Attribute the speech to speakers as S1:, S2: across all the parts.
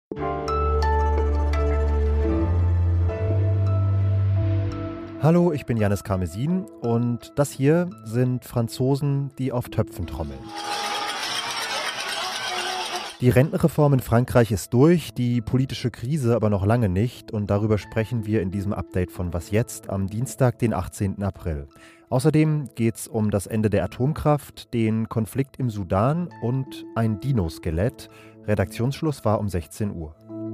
S1: Hallo, ich bin Jannis Karmesin und das hier sind Franzosen, die auf Töpfen trommeln. Die Rentenreform in Frankreich ist durch, die politische Krise aber noch lange nicht und darüber sprechen wir in diesem Update von Was jetzt am Dienstag, den 18. April. Außerdem geht es um das Ende der Atomkraft, den Konflikt im Sudan und ein Dinoskelett. Redaktionsschluss war um 16 Uhr.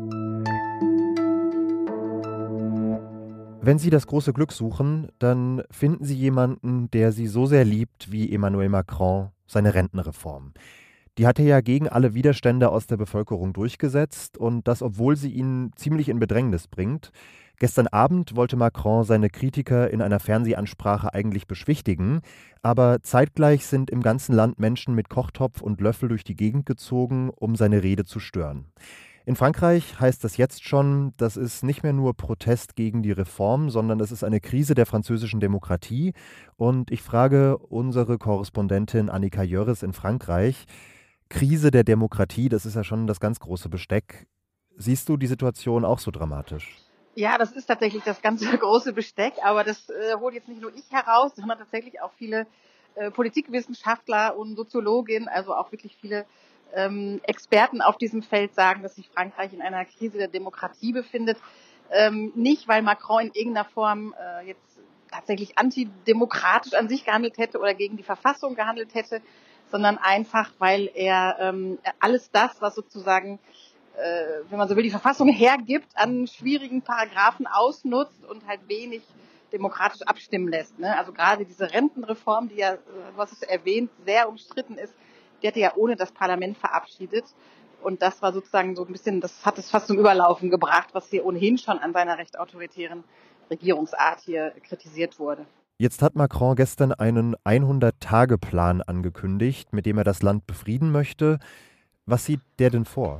S1: Wenn Sie das große Glück suchen, dann finden Sie jemanden, der Sie so sehr liebt wie Emmanuel Macron, seine Rentenreform. Die hat er ja gegen alle Widerstände aus der Bevölkerung durchgesetzt und das, obwohl sie ihn ziemlich in Bedrängnis bringt. Gestern Abend wollte Macron seine Kritiker in einer Fernsehansprache eigentlich beschwichtigen, aber zeitgleich sind im ganzen Land Menschen mit Kochtopf und Löffel durch die Gegend gezogen, um seine Rede zu stören. In Frankreich heißt das jetzt schon, das ist nicht mehr nur Protest gegen die Reform, sondern es ist eine Krise der französischen Demokratie. Und ich frage unsere Korrespondentin Annika Jörres in Frankreich, Krise der Demokratie, das ist ja schon das ganz große Besteck. Siehst du die Situation auch so dramatisch?
S2: Ja, das ist tatsächlich das ganze große Besteck, aber das holt jetzt nicht nur ich heraus, sondern tatsächlich auch viele Politikwissenschaftler und Soziologinnen, also auch wirklich viele Experten auf diesem Feld sagen, dass sich Frankreich in einer Krise der Demokratie befindet. Nicht, weil Macron in irgendeiner Form jetzt tatsächlich antidemokratisch an sich gehandelt hätte oder gegen die Verfassung gehandelt hätte, sondern einfach, weil er alles das, was sozusagen, wenn man so will, die Verfassung hergibt, an schwierigen Paragraphen ausnutzt und halt wenig demokratisch abstimmen lässt. Ne? Also gerade diese Rentenreform, die ja, was es erwähnt, sehr umstritten ist, die hatte ja ohne das Parlament verabschiedet. Und das war sozusagen so ein bisschen, das hat es fast zum Überlaufen gebracht, was hier ohnehin schon an seiner recht autoritären Regierungsart hier kritisiert wurde.
S1: Jetzt hat Macron gestern einen 100-Tage-Plan angekündigt, mit dem er das Land befrieden möchte. Was sieht der denn vor?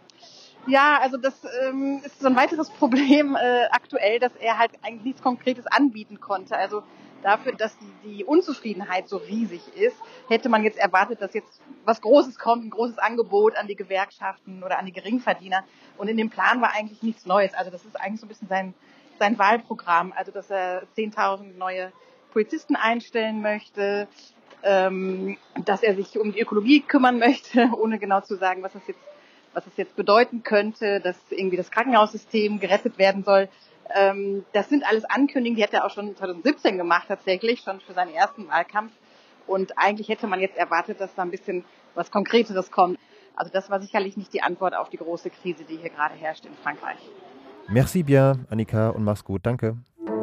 S2: Ja, also das ist so ein weiteres Problem aktuell, dass er halt eigentlich nichts Konkretes anbieten konnte. Also dafür, dass die Unzufriedenheit so riesig ist, hätte man jetzt erwartet, dass jetzt was Großes kommt, ein großes Angebot an die Gewerkschaften oder an die Geringverdiener. Und in dem Plan war eigentlich nichts Neues. Also das ist eigentlich so ein bisschen sein Wahlprogramm. Also dass er 10.000 neue Polizisten einstellen möchte, dass er sich um die Ökologie kümmern möchte, ohne genau zu sagen, was es jetzt bedeuten könnte, dass irgendwie das Krankenhaussystem gerettet werden soll. Das sind alles Ankündigungen, die hat er auch schon 2017 gemacht tatsächlich, schon für seinen ersten Wahlkampf. Und eigentlich hätte man jetzt erwartet, dass da ein bisschen was Konkreteres kommt. Also das war sicherlich nicht die Antwort auf die große Krise, die hier gerade herrscht in Frankreich.
S1: Merci bien, Annika, und mach's gut. Danke.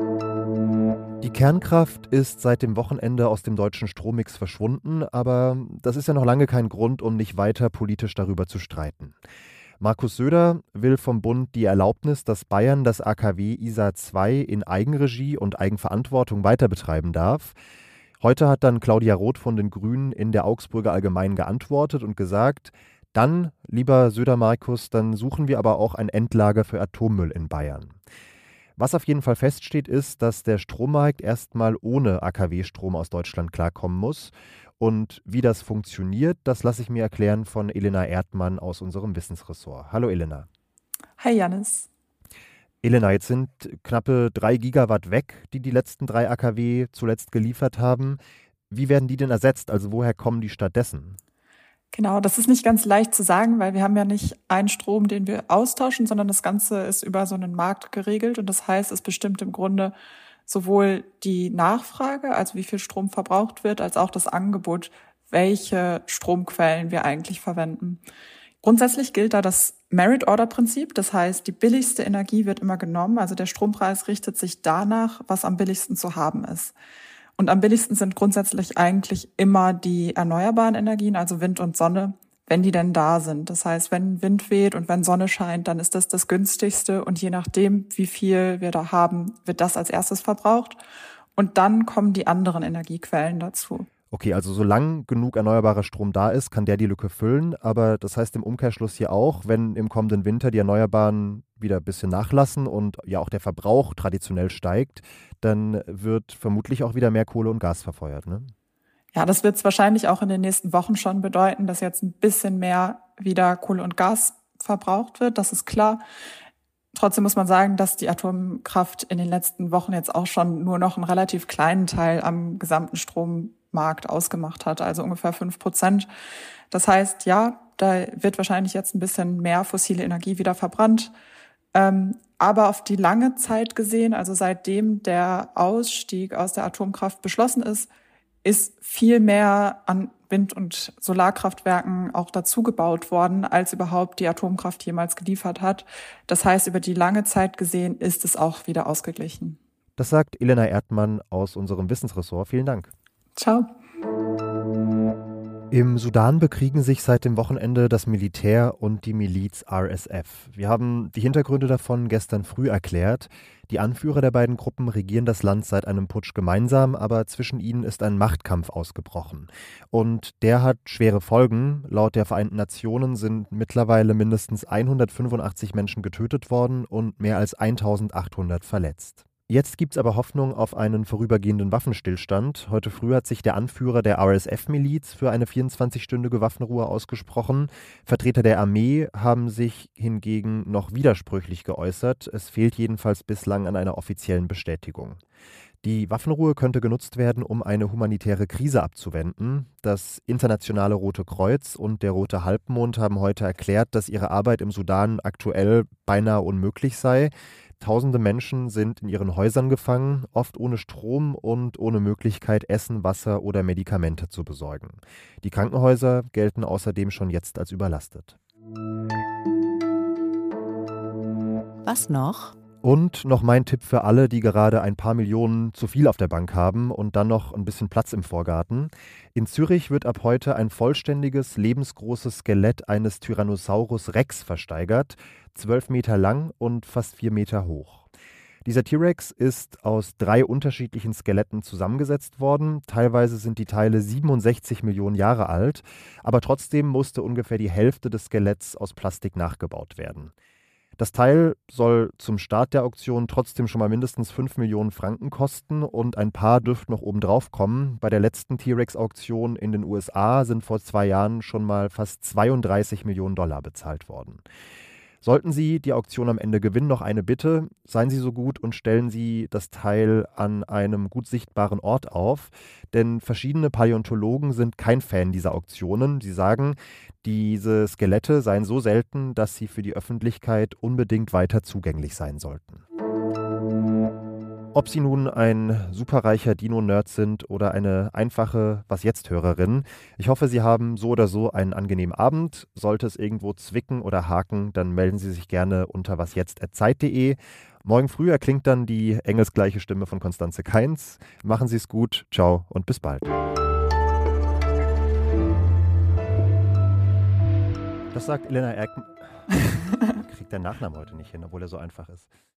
S1: Die Kernkraft ist seit dem Wochenende aus dem deutschen Strommix verschwunden, aber das ist ja noch lange kein Grund, um nicht weiter politisch darüber zu streiten. Markus Söder will vom Bund die Erlaubnis, dass Bayern das AKW Isar 2 in Eigenregie und Eigenverantwortung weiterbetreiben darf. Heute hat dann Claudia Roth von den Grünen in der Augsburger Allgemeinen geantwortet und gesagt, dann, lieber Söder Markus, dann suchen wir aber auch ein Endlager für Atommüll in Bayern. Was auf jeden Fall feststeht, ist, dass der Strommarkt erstmal ohne AKW-Strom aus Deutschland klarkommen muss. Und wie das funktioniert, das lasse ich mir erklären von Elena Erdmann aus unserem Wissensressort. Hallo Elena.
S3: Hi Jannis.
S1: Elena, jetzt sind knappe 3 Gigawatt weg, die letzten 3 AKW zuletzt geliefert haben. Wie werden die denn ersetzt? Also woher kommen die stattdessen?
S3: Genau, das ist nicht ganz leicht zu sagen, weil wir haben ja nicht einen Strom, den wir austauschen, sondern das Ganze ist über so einen Markt geregelt. Und das heißt, es bestimmt im Grunde sowohl die Nachfrage, also wie viel Strom verbraucht wird, als auch das Angebot, welche Stromquellen wir eigentlich verwenden. Grundsätzlich gilt da das Merit-Order-Prinzip. Das heißt, die billigste Energie wird immer genommen. Also der Strompreis richtet sich danach, was am billigsten zu haben ist. Und am billigsten sind grundsätzlich eigentlich immer die erneuerbaren Energien, also Wind und Sonne, wenn die denn da sind. Das heißt, wenn Wind weht und wenn Sonne scheint, dann ist das günstigste. Und je nachdem, wie viel wir da haben, wird das als erstes verbraucht. Und dann kommen die anderen Energiequellen dazu.
S1: Okay, also solange genug erneuerbarer Strom da ist, kann der die Lücke füllen. Aber das heißt im Umkehrschluss hier auch, wenn im kommenden Winter die Erneuerbaren wieder ein bisschen nachlassen und ja auch der Verbrauch traditionell steigt, dann wird vermutlich auch wieder mehr Kohle und Gas verfeuert, ne?
S3: Ja, das wird es wahrscheinlich auch in den nächsten Wochen schon bedeuten, dass jetzt ein bisschen mehr wieder Kohle und Gas verbraucht wird, das ist klar. Trotzdem muss man sagen, dass die Atomkraft in den letzten Wochen jetzt auch schon nur noch einen relativ kleinen Teil am gesamten Strommarkt ausgemacht hat, also ungefähr 5%. Das heißt, ja, da wird wahrscheinlich jetzt ein bisschen mehr fossile Energie wieder verbrannt. Aber auf die lange Zeit gesehen, also seitdem der Ausstieg aus der Atomkraft beschlossen ist viel mehr an Wind- und Solarkraftwerken auch dazu gebaut worden, als überhaupt die Atomkraft jemals geliefert hat. Das heißt, über die lange Zeit gesehen ist es auch wieder ausgeglichen.
S1: Das sagt Elena Erdmann aus unserem Wissensressort. Vielen Dank.
S3: Ciao.
S1: Im Sudan bekriegen sich seit dem Wochenende das Militär und die Miliz RSF. Wir haben die Hintergründe davon gestern früh erklärt. Die Anführer der beiden Gruppen regieren das Land seit einem Putsch gemeinsam, aber zwischen ihnen ist ein Machtkampf ausgebrochen. Und der hat schwere Folgen. Laut der Vereinten Nationen sind mittlerweile mindestens 185 Menschen getötet worden und mehr als 1800 verletzt. Jetzt gibt's aber Hoffnung auf einen vorübergehenden Waffenstillstand. Heute früh hat sich der Anführer der RSF-Miliz für eine 24-stündige Waffenruhe ausgesprochen. Vertreter der Armee haben sich hingegen noch widersprüchlich geäußert. Es fehlt jedenfalls bislang an einer offiziellen Bestätigung. Die Waffenruhe könnte genutzt werden, um eine humanitäre Krise abzuwenden. Das Internationale Rote Kreuz und der Rote Halbmond haben heute erklärt, dass ihre Arbeit im Sudan aktuell beinahe unmöglich sei. Tausende Menschen sind in ihren Häusern gefangen, oft ohne Strom und ohne Möglichkeit, Essen, Wasser oder Medikamente zu besorgen. Die Krankenhäuser gelten außerdem schon jetzt als überlastet.
S4: Was noch?
S1: Und noch mein Tipp für alle, die gerade ein paar Millionen zu viel auf der Bank haben und dann noch ein bisschen Platz im Vorgarten. In Zürich wird ab heute ein vollständiges, lebensgroßes Skelett eines Tyrannosaurus Rex versteigert, 12 Meter lang und fast 4 Meter hoch. Dieser T-Rex ist aus 3 unterschiedlichen Skeletten zusammengesetzt worden. Teilweise sind die Teile 67 Millionen Jahre alt, aber trotzdem musste ungefähr die Hälfte des Skeletts aus Plastik nachgebaut werden. Das Teil soll zum Start der Auktion trotzdem schon mal mindestens 5 Millionen Franken kosten und ein paar dürften noch obendrauf kommen. Bei der letzten T-Rex-Auktion in den USA sind vor 2 Jahren schon mal fast 32 Millionen Dollar bezahlt worden. Sollten Sie die Auktion am Ende gewinnen, noch eine Bitte. Seien Sie so gut und stellen Sie das Teil an einem gut sichtbaren Ort auf. Denn verschiedene Paläontologen sind kein Fan dieser Auktionen. Sie sagen, diese Skelette seien so selten, dass sie für die Öffentlichkeit unbedingt weiter zugänglich sein sollten. Ob Sie nun ein superreicher Dino-Nerd sind oder eine einfache Was-Jetzt-Hörerin, ich hoffe, Sie haben so oder so einen angenehmen Abend. Sollte es irgendwo zwicken oder haken, dann melden Sie sich gerne unter wasjetzt@zeit.de. Morgen früh erklingt dann die engelsgleiche Stimme von Constanze Kainz. Machen Sie es gut, ciao und bis bald. Das sagt Elena Erdmann. Kriegt der Nachname heute nicht hin, obwohl er so einfach ist.